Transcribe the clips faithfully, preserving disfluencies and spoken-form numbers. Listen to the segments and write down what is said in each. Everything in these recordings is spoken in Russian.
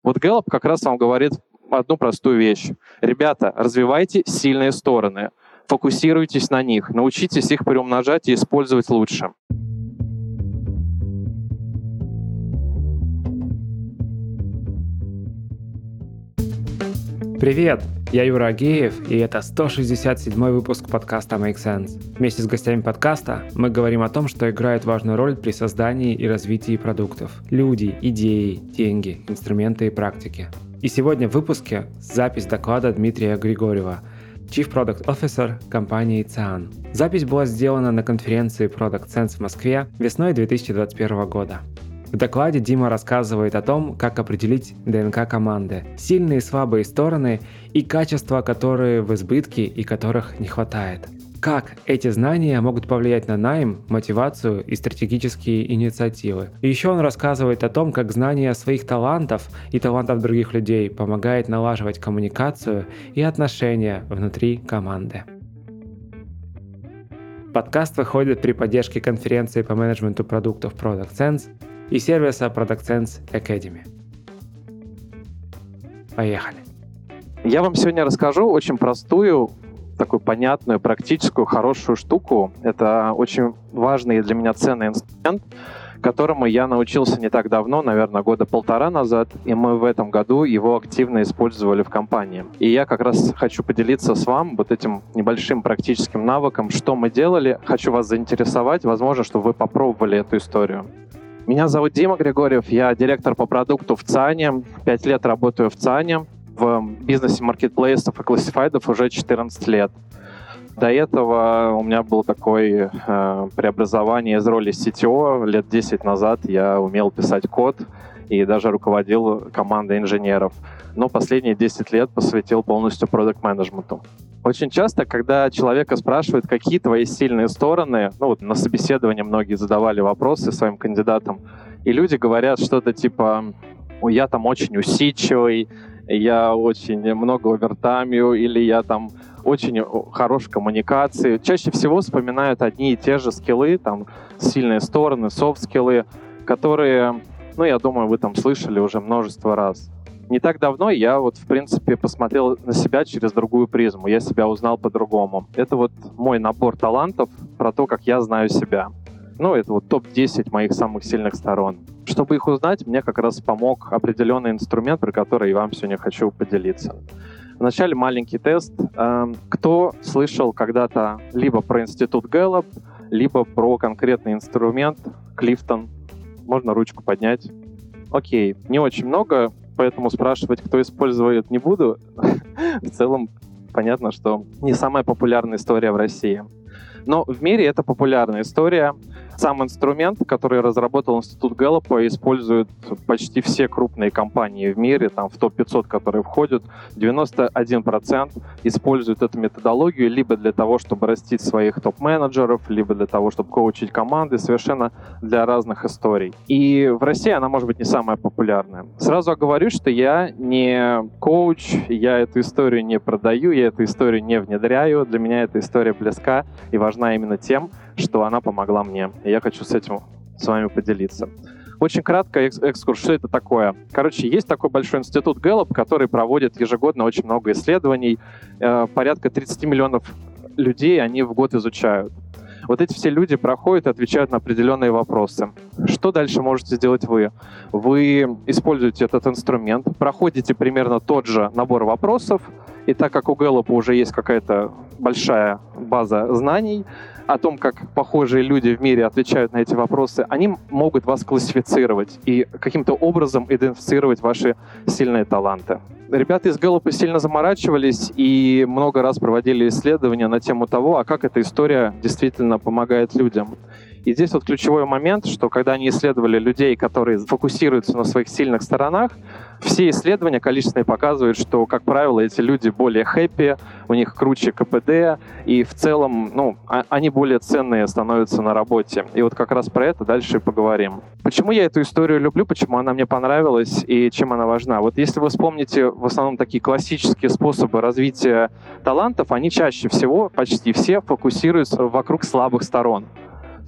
Вот Gallup как раз вам говорит одну простую вещь. Ребята, развивайте сильные стороны, фокусируйтесь на них, научитесь их приумножать и использовать лучше. Привет! Я Юра Агеев, и это сто шестьдесят седьмой выпуск подкаста Make Sense. Вместе с гостями подкаста мы говорим о том, что играет важную роль при создании и развитии продуктов. Люди, идеи, деньги, инструменты и практики. И сегодня в выпуске запись доклада Дмитрия Григорьева, Chief Product Officer компании циан. Запись была сделана на конференции Product Sense в Москве весной две тысячи двадцать первого года. В докладе Дима рассказывает о том, как определить ДНК команды, сильные и слабые стороны и качества, которые в избытке и которых не хватает. Как эти знания могут повлиять на найм, мотивацию и стратегические инициативы. И еще он рассказывает о том, как знание своих талантов и талантов других людей помогает налаживать коммуникацию и отношения внутри команды. Подкаст выходит при поддержке конференции по менеджменту продуктов Product Sense и сервиса Product Sense Academy. Поехали! Я вам сегодня расскажу очень простую, такую понятную, практическую, хорошую штуку. Это очень важный и для меня ценный инструмент, которому я научился не так давно, наверное, года полтора назад, и мы в этом году его активно использовали в компании. И я как раз хочу поделиться с вами вот этим небольшим практическим навыком, что мы делали. Хочу вас заинтересовать, возможно, чтобы вы попробовали эту историю. Меня зовут Дима Григорьев, я директор по продукту в циане. Пять лет работаю в циане, в бизнесе маркетплейсов и классифайдов уже четырнадцать лет. До этого у меня было такое э, преобразование из роли си ти о. Лет десять назад я умел писать код и даже руководил командой инженеров. Но последние десять лет посвятил полностью продакт-менеджменту. Очень часто, когда человека спрашивают, какие твои сильные стороны, ну вот на собеседовании многие задавали вопросы своим кандидатам, и люди говорят что-то типа «я там очень усидчивый», «я очень много овертаймю» или «я там очень хорош в коммуникации». Чаще всего вспоминают одни и те же скиллы, там сильные стороны, софт-скиллы, которые, ну я думаю, вы там слышали уже множество раз. Не так давно я вот, в принципе, посмотрел на себя через другую призму. Я себя узнал по-другому. Это вот мой набор талантов про то, как я знаю себя. Ну, это вот топ десять моих самых сильных сторон. Чтобы их узнать, мне как раз помог определенный инструмент, про который я вам сегодня хочу поделиться. Вначале маленький тест. Кто слышал когда-то либо про институт Gallup, либо про конкретный инструмент Clifton? Можно ручку поднять. Окей, не очень много, поэтому спрашивать, кто использует, не буду. В целом, понятно, что не самая популярная история в России. Но в мире это популярная история. Сам инструмент, который разработал Институт Гэллопа, используют почти все крупные компании в мире, там в топ пятьсот, которые входят, девяносто один процент используют эту методологию либо для того, чтобы растить своих топ-менеджеров, либо для того, чтобы коучить команды, совершенно для разных историй. И в России она, может быть, не самая популярная. Сразу оговорюсь, что я не коуч, я эту историю не продаю, я эту историю не внедряю. Для меня эта история близка и важна именно тем, что она помогла мне. И я хочу с этим с вами поделиться. Очень кратко экскурс, что это такое. Короче, есть такой большой институт Gallup, который проводит ежегодно очень много исследований. Э, порядка тридцать миллионов людей они в год изучают. Вот эти все люди проходят и отвечают на определенные вопросы. Что дальше можете сделать вы? Вы используете этот инструмент, проходите примерно тот же набор вопросов, и так как у Gallup уже есть какая-то большая база знаний о том, как похожие люди в мире отвечают на эти вопросы, они могут вас классифицировать и каким-то образом идентифицировать ваши сильные таланты. Ребята из Gallup сильно заморачивались и много раз проводили исследования на тему того, а как эта история действительно помогает людям. И здесь вот ключевой момент, что когда они исследовали людей, которые фокусируются на своих сильных сторонах, все исследования количественные показывают, что, как правило, эти люди более хэппи, у них круче ка пэ дэ, и в целом, ну, они более ценные становятся на работе. И вот как раз про это дальше и поговорим. Почему я эту историю люблю, почему она мне понравилась и чем она важна? Вот если вы вспомните в основном такие классические способы развития талантов, они чаще всего, почти все, фокусируются вокруг слабых сторон.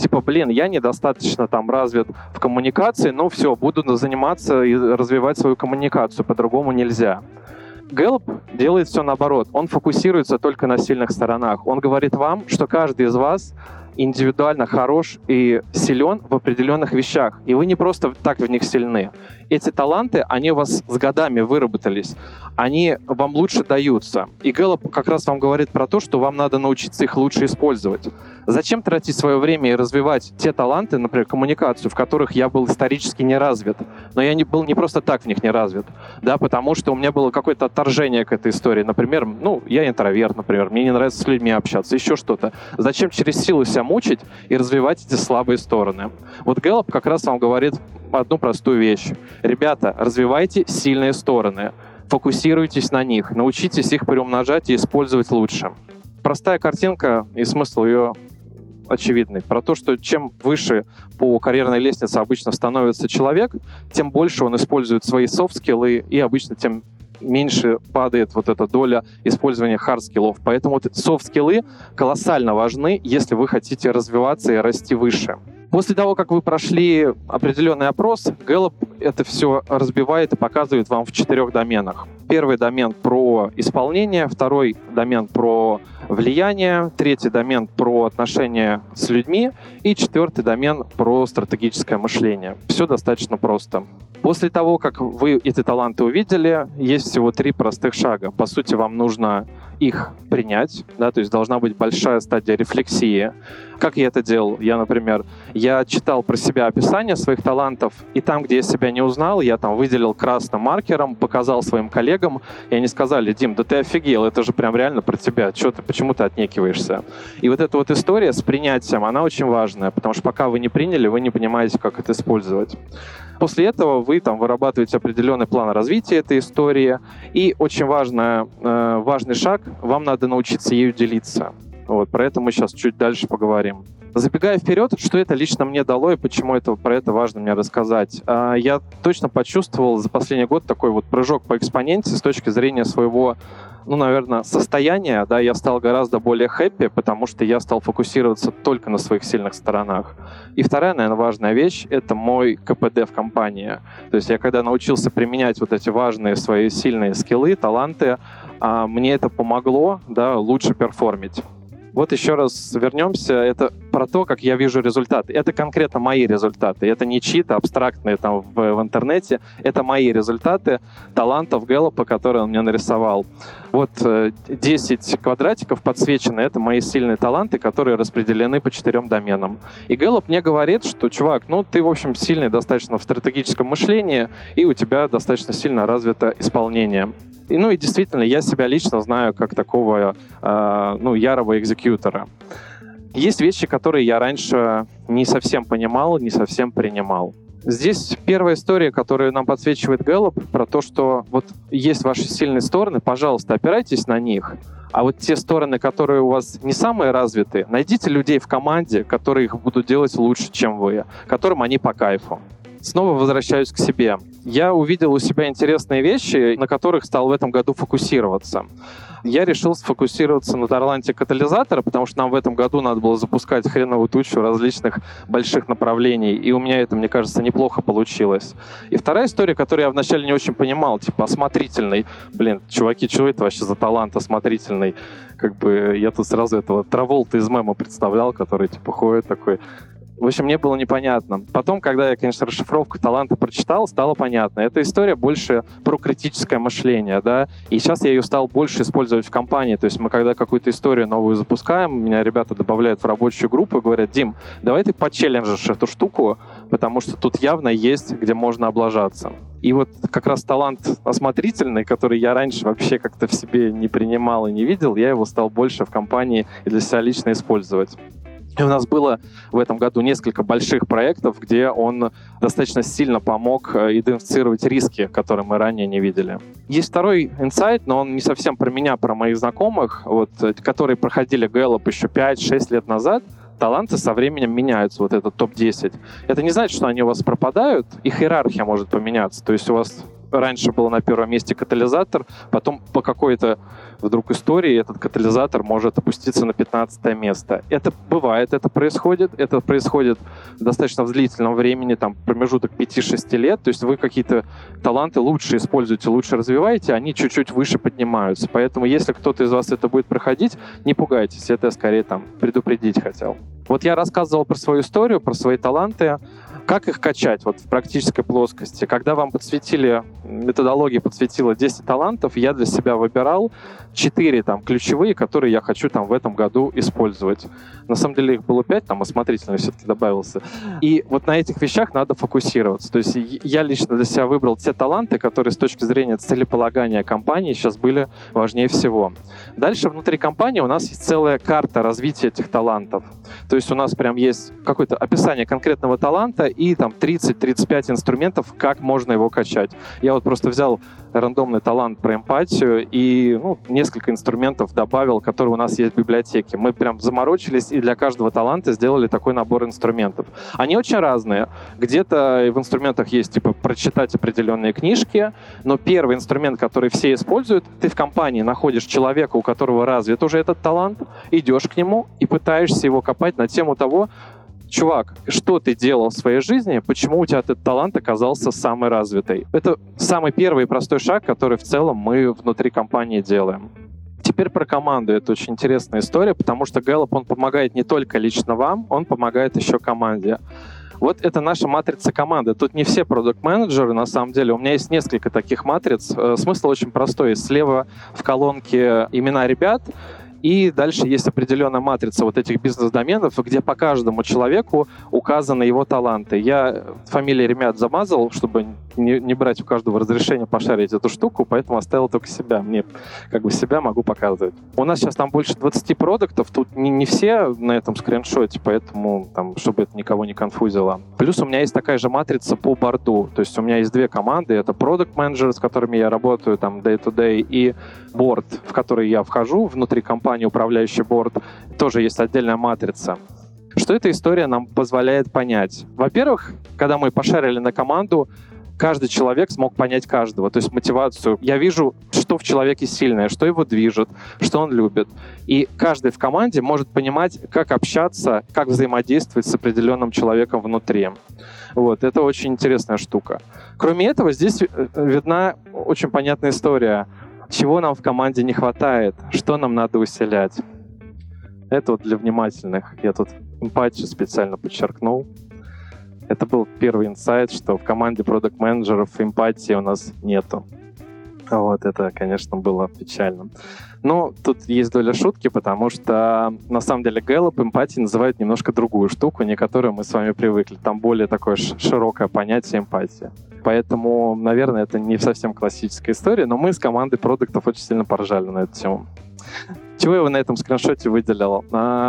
Типа, блин, я недостаточно там развит в коммуникации, ну все, буду заниматься и развивать свою коммуникацию, по-другому нельзя. Gallup делает все наоборот. Он фокусируется только на сильных сторонах. Он говорит вам, что каждый из вас индивидуально хорош и силен в определенных вещах. И вы не просто так в них сильны. Эти таланты, они у вас с годами выработались. Они вам лучше даются. И Gallup как раз вам говорит про то, что вам надо научиться их лучше использовать. Зачем тратить свое время и развивать те таланты, например, коммуникацию, в которых я был исторически не развит? Но я не был не просто так в них не развит, да, потому что у меня было какое-то отторжение к этой истории. Например, ну, я интроверт, например, мне не нравится с людьми общаться, еще что-то. Зачем через силу себя мучить и развивать эти слабые стороны? Вот Gallup как раз вам говорит одну простую вещь. Ребята, развивайте сильные стороны, фокусируйтесь на них, научитесь их приумножать и использовать лучше. Простая картинка, и смысл ее очевидный. Про то, что чем выше по карьерной лестнице обычно становится человек, тем больше он использует свои софт-скиллы, и обычно тем меньше падает вот эта доля использования хард-скиллов. Поэтому вот софт-скиллы колоссально важны, если вы хотите развиваться и расти выше. После того, как вы прошли определенный опрос, Gallup это все разбивает и показывает вам в четырех доменах. Первый домен про исполнение, второй домен про влияние, третий домен про отношения с людьми и четвертый домен про стратегическое мышление. Все достаточно просто. После того, как вы эти таланты увидели, есть всего три простых шага. По сути, вам нужно их принять, да, то есть должна быть большая стадия рефлексии. Как я это делал? Я, например, я читал про себя описание своих талантов, и там, где я себя не узнал, я там выделил красным маркером, показал своим коллегам, и они сказали: Дим, да ты офигел, это же прям реально про тебя, что ты, почему ты отнекиваешься? И вот эта вот история с принятием, она очень важная, потому что пока вы не приняли, вы не понимаете, как это использовать. После этого вы там вырабатываете определенный план развития этой истории, и очень важный, э, важный шаг, вам надо научиться ею делиться. Вот, про это мы сейчас чуть дальше поговорим. Забегая вперед, что это лично мне дало и почему это, про это важно мне рассказать. Э, я точно почувствовал за последний год такой вот прыжок по экспоненте с точки зрения своего, ну, наверное, состояния, да, я стал гораздо более хэппи, потому что я стал фокусироваться только на своих сильных сторонах. И вторая, наверное, важная вещь — это мой ка пэ дэ в компании. То есть я когда научился применять вот эти важные свои сильные скиллы, таланты, мне это помогло, да, лучше перформить. Вот еще раз вернемся. Это про то, как я вижу результаты. Это конкретно мои результаты. Это не чьи-то абстрактные там в, в интернете. Это мои результаты талантов Gallup, которые он мне нарисовал. Вот десять квадратиков подсвечены. Это мои сильные таланты, которые распределены по четырем доменам. И Gallup мне говорит, что, чувак, ну ты, в общем, сильный достаточно в стратегическом мышлении, и у тебя достаточно сильно развито исполнение. И, ну и действительно, я себя лично знаю как такого э, ну, ярого экзекьютора. Есть вещи, которые я раньше не совсем понимал, не совсем принимал. Здесь первая история, которую нам подсвечивает Gallup, про то, что вот есть ваши сильные стороны, пожалуйста, опирайтесь на них. А вот те стороны, которые у вас не самые развитые, найдите людей в команде, которые их будут делать лучше, чем вы, которым они по кайфу. Снова возвращаюсь к себе. Я увидел у себя интересные вещи, на которых стал в этом году фокусироваться. Я решил сфокусироваться на таланте катализатора, потому что нам в этом году надо было запускать хреновую тучу различных больших направлений, и у меня это, мне кажется, неплохо получилось. И вторая история, которую я вначале не очень понимал, типа осмотрительный. Блин, чуваки, что это вообще за талант осмотрительный? Как бы я тут сразу этого Траволта из мема представлял, который типа ходит такой... В общем, мне было непонятно. Потом, когда я, конечно, расшифровку таланта прочитал, стало понятно. Эта история больше про критическое мышление, да, и сейчас я ее стал больше использовать в компании. То есть мы, когда какую-то историю новую запускаем, меня ребята добавляют в рабочую группу и говорят: Дим, давай ты почелленджишь эту штуку, потому что тут явно есть, где можно облажаться. И вот как раз талант осмотрительный, который я раньше вообще как-то в себе не принимал и не видел, я его стал больше в компании и для себя лично использовать. И у нас было в этом году несколько больших проектов, где он достаточно сильно помог идентифицировать риски, которые мы ранее не видели. Есть второй инсайт, но он не совсем про меня, про моих знакомых, вот, которые проходили Gallup еще пять-шесть лет назад. Таланты со временем меняются, вот этот топ десять. Это не значит, что они у вас пропадают, их иерархия может поменяться. То есть у вас раньше был на первом месте катализатор, потом по какой-то вдруг истории этот катализатор может опуститься на пятнадцатое место. Это бывает, это происходит. Это происходит достаточно в длительном времени, там промежуток пяти-шести лет. То есть вы какие-то таланты лучше используете, лучше развиваете, они чуть-чуть выше поднимаются. Поэтому если кто-то из вас это будет проходить, не пугайтесь. Это я скорее там предупредить хотел. Вот я рассказывал про свою историю, про свои таланты. Как их качать вот в практической плоскости? Когда вам подсветили, методология подсветила десять талантов, я для себя выбирал четыре там ключевые, которые я хочу там в этом году использовать. На самом деле их было пять, там осмотрительно все-таки добавился. И вот на этих вещах надо фокусироваться. То есть я лично для себя выбрал те таланты, которые с точки зрения целеполагания компании сейчас были важнее всего. Дальше внутри компании у нас есть целая карта развития этих талантов. То есть у нас прям есть какое-то описание конкретного таланта и там тридцать-тридцать пять инструментов, как можно его качать. Я вот просто взял рандомный талант про эмпатию и ну, несколько инструментов добавил, которые у нас есть в библиотеке. Мы прям заморочились и для каждого таланта сделали такой набор инструментов. Они очень разные. Где-то в инструментах есть типа прочитать определенные книжки, но первый инструмент, который все используют, ты в компании находишь человека, у которого развит уже этот талант, идешь к нему и пытаешься его копать на тему того, чувак, что ты делал в своей жизни, почему у тебя этот талант оказался самый развитый. Это самый первый и простой шаг, который в целом мы внутри компании делаем. Теперь про команду. Это очень интересная история, потому что Gallup, он помогает не только лично вам, он помогает еще команде. Вот это наша матрица команды. Тут не все продакт-менеджеры, на самом деле. У меня есть несколько таких матриц. Смысл очень простой. Слева в колонке имена ребят, и дальше есть определенная матрица вот этих бизнес-доменов, где по каждому человеку указаны его таланты. Я фамилии ребят замазал, чтобы не, не брать у каждого разрешения пошарить эту штуку, поэтому оставил только себя. Мне как бы себя могу показывать. У нас сейчас там больше двадцати продуктов, тут не, не все на этом скриншоте, поэтому, там, чтобы это никого не конфузило. Плюс у меня есть такая же матрица по борду. То есть у меня есть две команды. Это продакт-менеджеры, с которыми я работаю, там, day-to-day, и борд, в который я вхожу внутри компании, управляющий борд, тоже есть отдельная матрица. Что эта история нам позволяет понять? Во-первых, когда мы пошарили на команду, каждый человек смог понять каждого, то есть мотивацию. Я вижу, что в человеке сильное, что его движет, что он любит. И каждый в команде может понимать, как общаться, как взаимодействовать с определенным человеком внутри. Вот, это очень интересная штука. Кроме этого, здесь видна очень понятная история. Чего нам в команде не хватает, что нам надо усилять. Это вот для внимательных. Я тут эмпатию специально подчеркнул. Это был первый инсайт, что в команде продакт-менеджеров эмпатии у нас нету. Вот это, конечно, было печально. Но тут есть доля шутки, потому что на самом деле Gallup эмпатией называют немножко другую штуку, не которую мы с вами привыкли. Там более такое широкое понятие эмпатии. Поэтому, наверное, это не совсем классическая история, но мы с командой продуктов очень сильно поржали на эту тему. Чего я его на этом скриншоте выделил?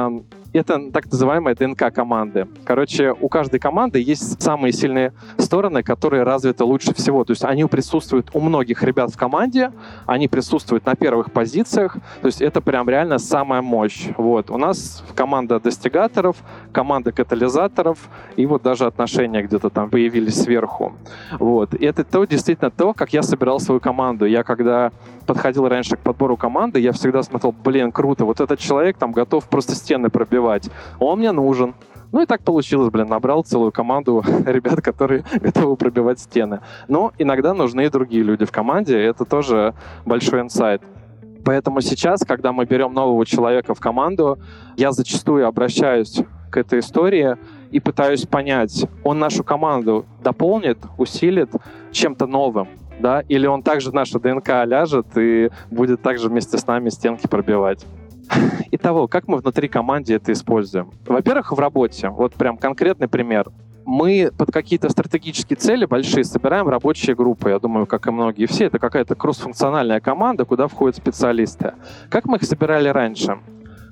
Это так называемая ДНК команды. Короче, у каждой команды есть самые сильные стороны, которые развиты лучше всего. То есть они присутствуют у многих ребят в команде, они присутствуют на первых позициях. То есть это прям реально самая мощь. Вот. У нас команда достигаторов, команда катализаторов, и вот даже отношения где-то там появились сверху. Вот. И это то, действительно то, как я собирал свою команду. Я когда подходил раньше к подбору команды, я всегда смотрел, блин, круто, вот этот человек там готов просто стены пробивать. Он мне нужен. Ну и так получилось, блин, набрал целую команду ребят, которые готовы пробивать стены. Но иногда нужны и другие люди в команде, и это тоже большой инсайт. Поэтому сейчас, когда мы берем нового человека в команду, я зачастую обращаюсь к этой истории и пытаюсь понять, он нашу команду дополнит, усилит чем-то новым, да, или он также в нашу ДНК ляжет и будет также вместе с нами стенки пробивать. Итого, как мы внутри команды это используем? Во-первых, в работе. Вот прям конкретный пример. Мы под какие-то стратегические цели большие собираем рабочие группы. Я думаю, как и многие все, это какая-то кроссфункциональная команда, куда входят специалисты. Как мы их собирали раньше?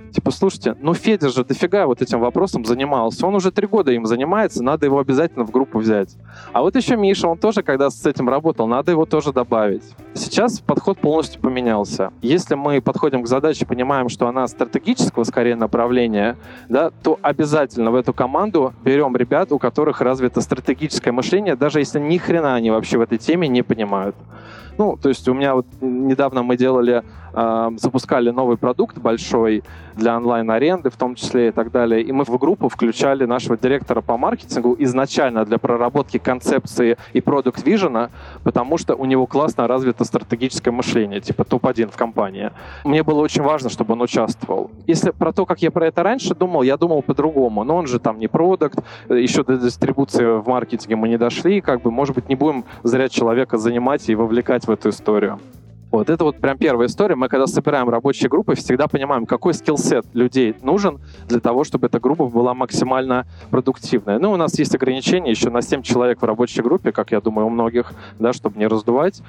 Типа, слушайте, ну Федя же дофига вот этим вопросом занимался. Он уже три года им занимается, надо его обязательно в группу взять. А вот еще Миша, он тоже, когда с этим работал, надо его тоже добавить. Сейчас подход полностью поменялся. Если мы подходим к задаче, понимаем, что она стратегического, скорее, направления, да, то обязательно в эту команду берем ребят, у которых развито стратегическое мышление, даже если ни хрена они вообще в этой теме не понимают. Ну, то есть у меня вот недавно мы делали, э, запускали новый продукт большой для онлайн-аренды, в том числе и так далее, и мы в группу включали нашего директора по маркетингу изначально для проработки концепции и продукт-вижена, потому что у него классно развито стратегическое мышление, типа топ один в компании. Мне было очень важно, чтобы он участвовал. Если про то, как я про это раньше думал, я думал по-другому, но он же там не продукт, еще до дистрибуции в маркетинге мы не дошли, как бы, может быть, не будем зря человека занимать и вовлекать в эту историю. Вот это вот прям первая история. Мы когда собираем рабочие группы, всегда понимаем, какой скиллсет людей нужен для того, чтобы эта группа была максимально продуктивная. Ну, у нас есть ограничения еще на семь человек в рабочей группе, как я думаю, у многих, да, чтобы не раздувать.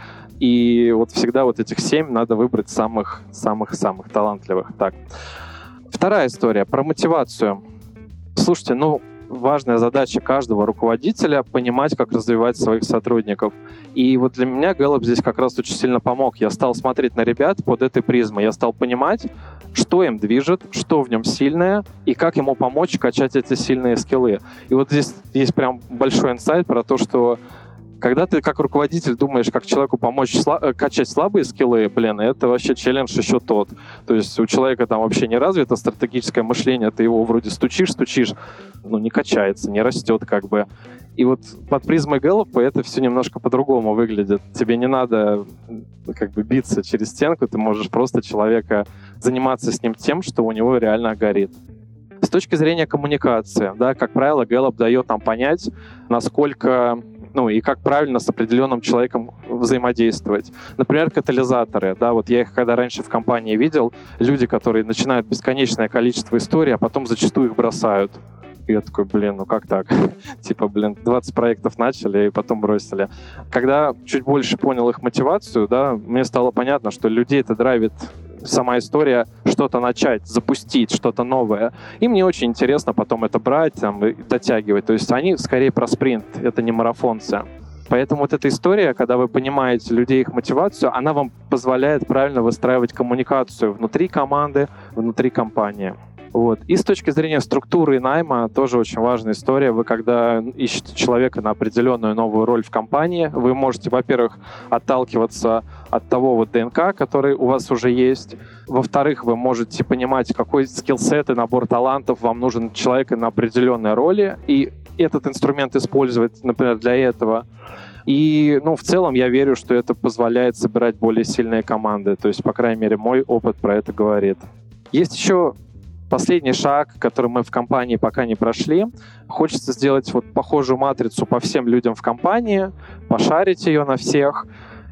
И вот всегда вот этих семь надо выбрать самых-самых-самых талантливых. Так. Вторая история про мотивацию. Слушайте, ну, важная задача каждого руководителя — понимать, как развивать своих сотрудников. И вот для меня Gallup здесь как раз очень сильно помог. Я стал смотреть на ребят под этой призмой. Я стал понимать, что им движет, что в нем сильное, и как ему помочь качать эти сильные скиллы. И вот здесь есть прям большой инсайт про то, что когда ты как руководитель думаешь, как человеку помочь сла- качать слабые скиллы, блин, это вообще челлендж еще тот. То есть у человека там вообще не развито стратегическое мышление, ты его вроде стучишь, стучишь, ну не качается, не растет как бы. И вот под призмой Гэллопа это все немножко по-другому выглядит. Тебе не надо как бы биться через стенку, ты можешь просто человека заниматься с ним тем, что у него реально горит. С точки зрения коммуникации, да, как правило, Гэллоп дает нам понять, насколько, ну и как правильно с определенным человеком взаимодействовать. Например, катализаторы. Да, вот я их когда раньше в компании видел, люди, которые начинают бесконечное количество историй, а потом зачастую их бросают. И я такой, блин, ну как так? Типа, блин, двадцать проектов начали и потом бросили. Когда чуть больше понял их мотивацию, да, мне стало понятно, что людей это драйвит сама история что-то начать, запустить, что-то новое. И мне очень интересно потом это брать там, и дотягивать. То есть они скорее про спринт, это не марафонцы. Поэтому вот эта история, когда вы понимаете людей, их мотивацию, она вам позволяет правильно выстраивать коммуникацию внутри команды, внутри компании. Вот. И с точки зрения структуры и найма тоже очень важная история. Вы когда ищете человека на определенную новую роль в компании, вы можете, во-первых, отталкиваться от того вот ДНК, который у вас уже есть. Во-вторых, вы можете понимать, какой скиллсет и набор талантов вам нужен человек на определенной роли, и этот инструмент использовать, например, для этого. И, ну, в целом я верю, что это позволяет собирать более сильные команды. То есть, по крайней мере, мой опыт про это говорит. Есть еще последний шаг, который мы в компании пока не прошли. Хочется сделать вот похожую матрицу по всем людям в компании, пошарить ее на всех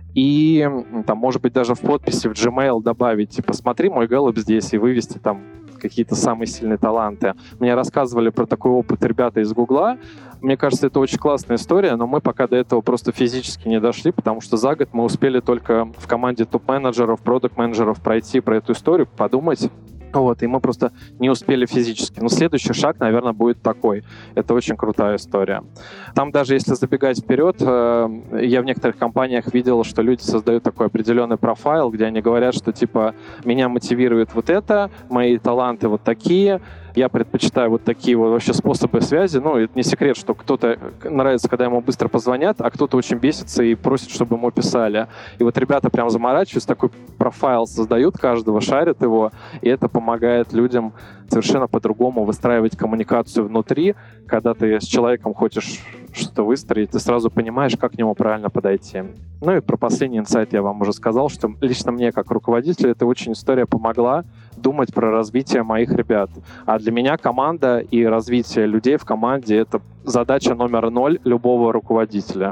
и, там, может быть, даже в подписи в Gmail добавить, типа, смотри, мой Gallup здесь, и вывести там какие-то самые сильные таланты. Мне рассказывали про такой опыт ребята из Гугла. Мне кажется, это очень классная история, но мы пока до этого просто физически не дошли, потому что за год мы успели только в команде топ-менеджеров, продакт-менеджеров пройти про эту историю, подумать. Вот, и мы просто не успели физически. Но следующий шаг, наверное, будет такой. Это очень крутая история. Там даже если забегать вперед, я в некоторых компаниях видел, что люди создают такой определенный профайл, где они говорят, что типа меня мотивирует вот это, мои таланты вот такие, я предпочитаю вот такие вот вообще способы связи. Ну, это не секрет, что кто-то нравится, когда ему быстро позвонят, а кто-то очень бесится и просит, чтобы ему писали. И вот ребята прям заморачиваются, такой профайл создают каждого, шарят его, и это помогает людям совершенно по-другому выстраивать коммуникацию внутри. Когда ты с человеком хочешь что-то выстроить, ты сразу понимаешь, как к нему правильно подойти. Ну и про последний инсайт я вам уже сказал, что лично мне, как руководителю, эта очень история помогла думать про развитие моих ребят. А для меня команда и развитие людей в команде — это задача номер ноль любого руководителя.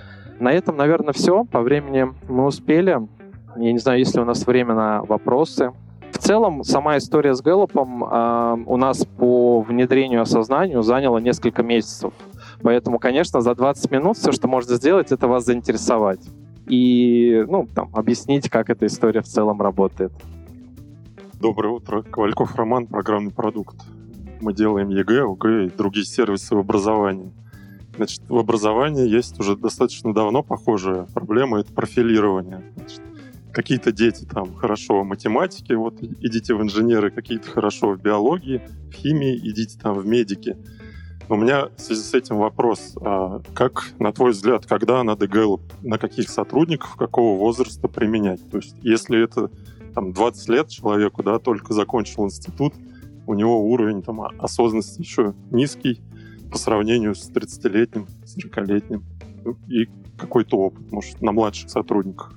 На этом, наверное, все. По времени мы успели. Я не знаю, есть ли у нас время на вопросы. В целом, сама история с Гэллопом э, у нас по внедрению осознанию заняла несколько месяцев. Поэтому, конечно, за двадцать минут все, что можно сделать, это вас заинтересовать. И, ну, там, объяснить, как эта история в целом работает. Доброе утро. Ковальков Роман, программный продукт. Мы делаем ЕГЭ, ОГЭ и другие сервисы в образовании. Значит, в образовании есть уже достаточно давно похожая проблема — это профилирование. Значит, какие-то дети там хорошо в математике, вот идите в инженеры, какие-то хорошо в биологии, в химии, идите там в медики. У меня в связи с этим вопрос. А как, на твой взгляд, когда надо гэллоп, на каких сотрудников, какого возраста применять? То есть если это там, двадцать лет человеку, да, только закончил институт, у него уровень там, осознанности еще низкий по сравнению с тридцатилетним, сорокалетним. И какой-то опыт, может, на младших сотрудниках.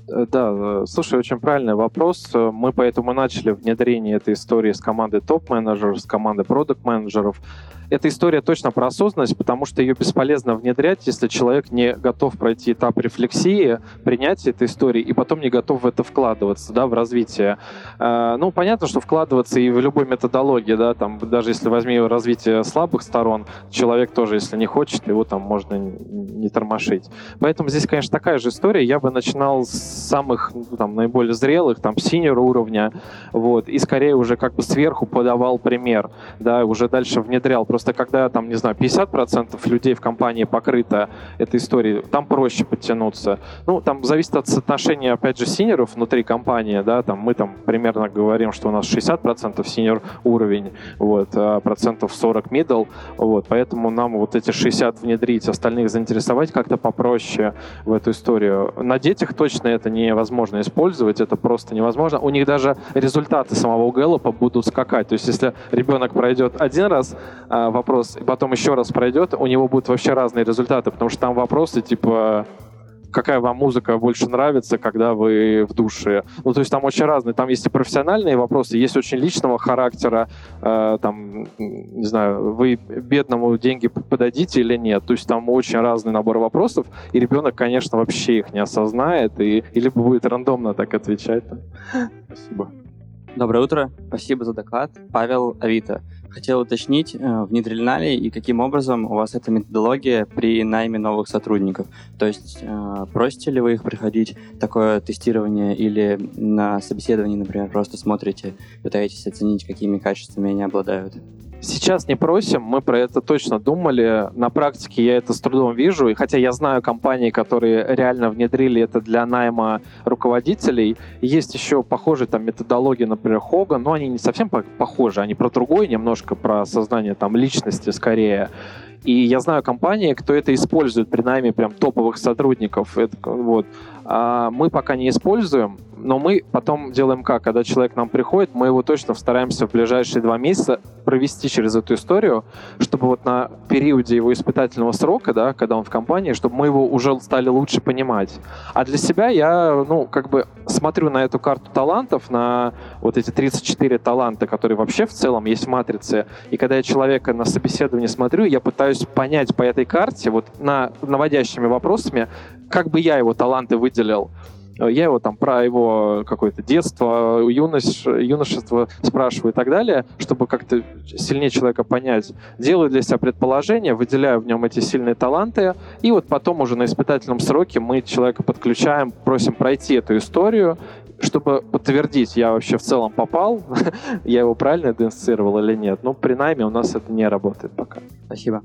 Да, слушай, очень правильный вопрос. Мы поэтому начали внедрение этой истории с командой топ-менеджеров, с командой продакт-менеджеров. Эта история точно про осознанность, потому что ее бесполезно внедрять, если человек не готов пройти этап рефлексии, принятия этой истории, и потом не готов в это вкладываться, да, в развитие. Ну, понятно, что вкладываться и в любой методологии, да, там, даже если возьми развитие слабых сторон, человек тоже, если не хочет, его там можно не тормошить. Поэтому здесь, конечно, такая же история. Я бы начинал с самых, там, наиболее зрелых, там, синьор уровня, вот, и скорее уже как бы сверху подавал пример, да, уже дальше внедрял. Просто когда, там, не знаю, пятьдесят процентов людей в компании покрыто этой историей, там проще подтянуться. Ну, там зависит от соотношения, опять же, синьоров внутри компании, да, там мы там примерно говорим, что у нас шестьдесят процентов синьор уровень, вот, а процентов сорок middle, вот, поэтому нам вот эти шестьдесят внедрить, остальных заинтересовать как-то попроще в эту историю. На детях точно это невозможно использовать, это просто невозможно. У них даже результаты самого гэллопа будут скакать. То есть если ребенок пройдет один раз вопрос, и потом еще раз пройдет, у него будут вообще разные результаты, потому что там вопросы типа какая вам музыка больше нравится, когда вы в душе. Ну, то есть там очень разные. Там есть и профессиональные вопросы, есть очень личного характера. Э, там, не знаю, вы бедному деньги подадите или нет. То есть там очень разный набор вопросов, и ребенок, конечно, вообще их не осознает, и, и либо будет рандомно так отвечать. Спасибо. Доброе утро. Спасибо за доклад. Павел, Авито. Хотел уточнить, внедрена ли и каким образом у вас эта методология при найме новых сотрудников? То есть просите ли вы их проходить такое тестирование или на собеседовании, например, просто смотрите, пытаетесь оценить, какими качествами они обладают? Сейчас не просим, мы про это точно думали. На практике я это с трудом вижу, и хотя я знаю компании, которые реально внедрили это для найма руководителей, есть еще похожие там методологии, например, Хоган, но они не совсем похожи, они про другое немножко, про создание там личности скорее. И я знаю компании, кто это использует при найме прям топовых сотрудников. Это, вот. А мы пока не используем, но мы потом делаем как? Когда человек к нам приходит, мы его точно стараемся в ближайшие два месяца провести через эту историю, чтобы вот на периоде его испытательного срока, да, когда он в компании, чтобы мы его уже стали лучше понимать. А для себя я, ну, как бы смотрю на эту карту талантов, на вот эти тридцать четыре таланта, которые вообще в целом есть в матрице, и когда я человека на собеседовании смотрю, я пытаюсь понять по этой карте, вот на наводящими вопросами, как бы я его таланты выделил. Я его там про его какое-то детство, юность, юношество спрашиваю и так далее, чтобы как-то сильнее человека понять. Делаю для себя предположение, выделяю в нем эти сильные таланты, и вот потом уже на испытательном сроке мы человека подключаем, просим пройти эту историю, чтобы подтвердить, я вообще в целом попал, я его правильно идентифицировал или нет. Но при найме у нас это не работает пока. Спасибо.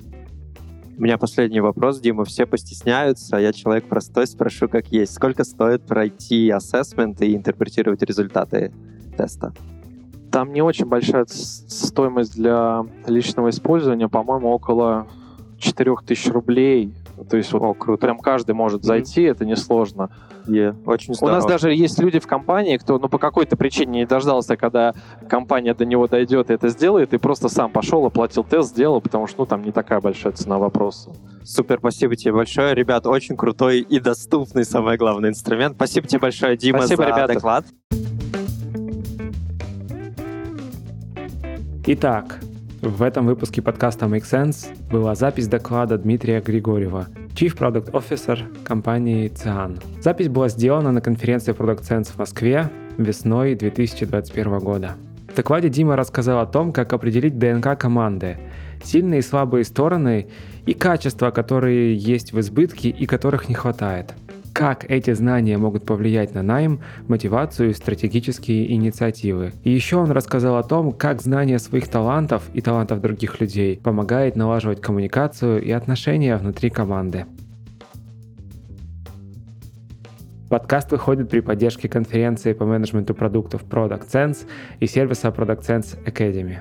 У меня последний вопрос, Дима. Все постесняются, а я человек простой, спрошу как есть. Сколько стоит пройти ассессмент и интерпретировать результаты теста? Там не очень большая стоимость для личного использования, по-моему, около четыре тысячи рублей. То есть вот О, круто. Прям каждый может зайти, mm-hmm. это несложно. Yeah, очень здорово. У нас даже есть люди в компании, кто ну, по какой-то причине не дождался, когда компания до него дойдет и это сделает, и просто сам пошел, оплатил тест, сделал, потому что ну, там не такая большая цена вопроса. Супер, спасибо тебе большое. Ребят, очень крутой и доступный, самое главное, инструмент. Спасибо тебе большое, Дима, спасибо, за ребята. доклад. Итак, в этом выпуске подкаста Make Sense была запись доклада Дмитрия Григорьева, Chief Product Officer компании циан. Запись была сделана на конференции Product Sense в Москве весной две тысячи двадцать первого года. В докладе Дима рассказал о том, как определить ДНК команды, сильные и слабые стороны и качества, которые есть в избытке и которых не хватает. как эти знания могут повлиять на найм, мотивацию и стратегические инициативы. И еще он рассказал о том, как знание своих талантов и талантов других людей помогает налаживать коммуникацию и отношения внутри команды. Подкаст выходит при поддержке конференции по менеджменту продуктов Product Sense и сервиса Product Sense Academy.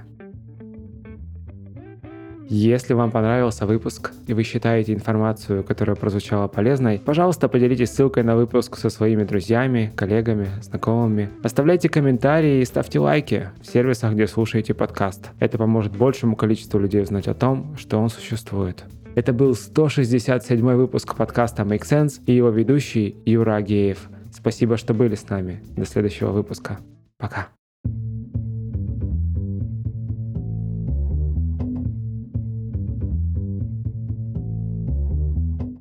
Если вам понравился выпуск и вы считаете информацию, которая прозвучала полезной, пожалуйста, поделитесь ссылкой на выпуск со своими друзьями, коллегами, знакомыми. Оставляйте комментарии и ставьте лайки в сервисах, где слушаете подкаст. Это поможет большему количеству людей узнать о том, что он существует. Это был сто шестьдесят седьмой выпуск подкаста Make Sense и его ведущий Юра Агеев. Спасибо, что были с нами. До следующего выпуска. Пока.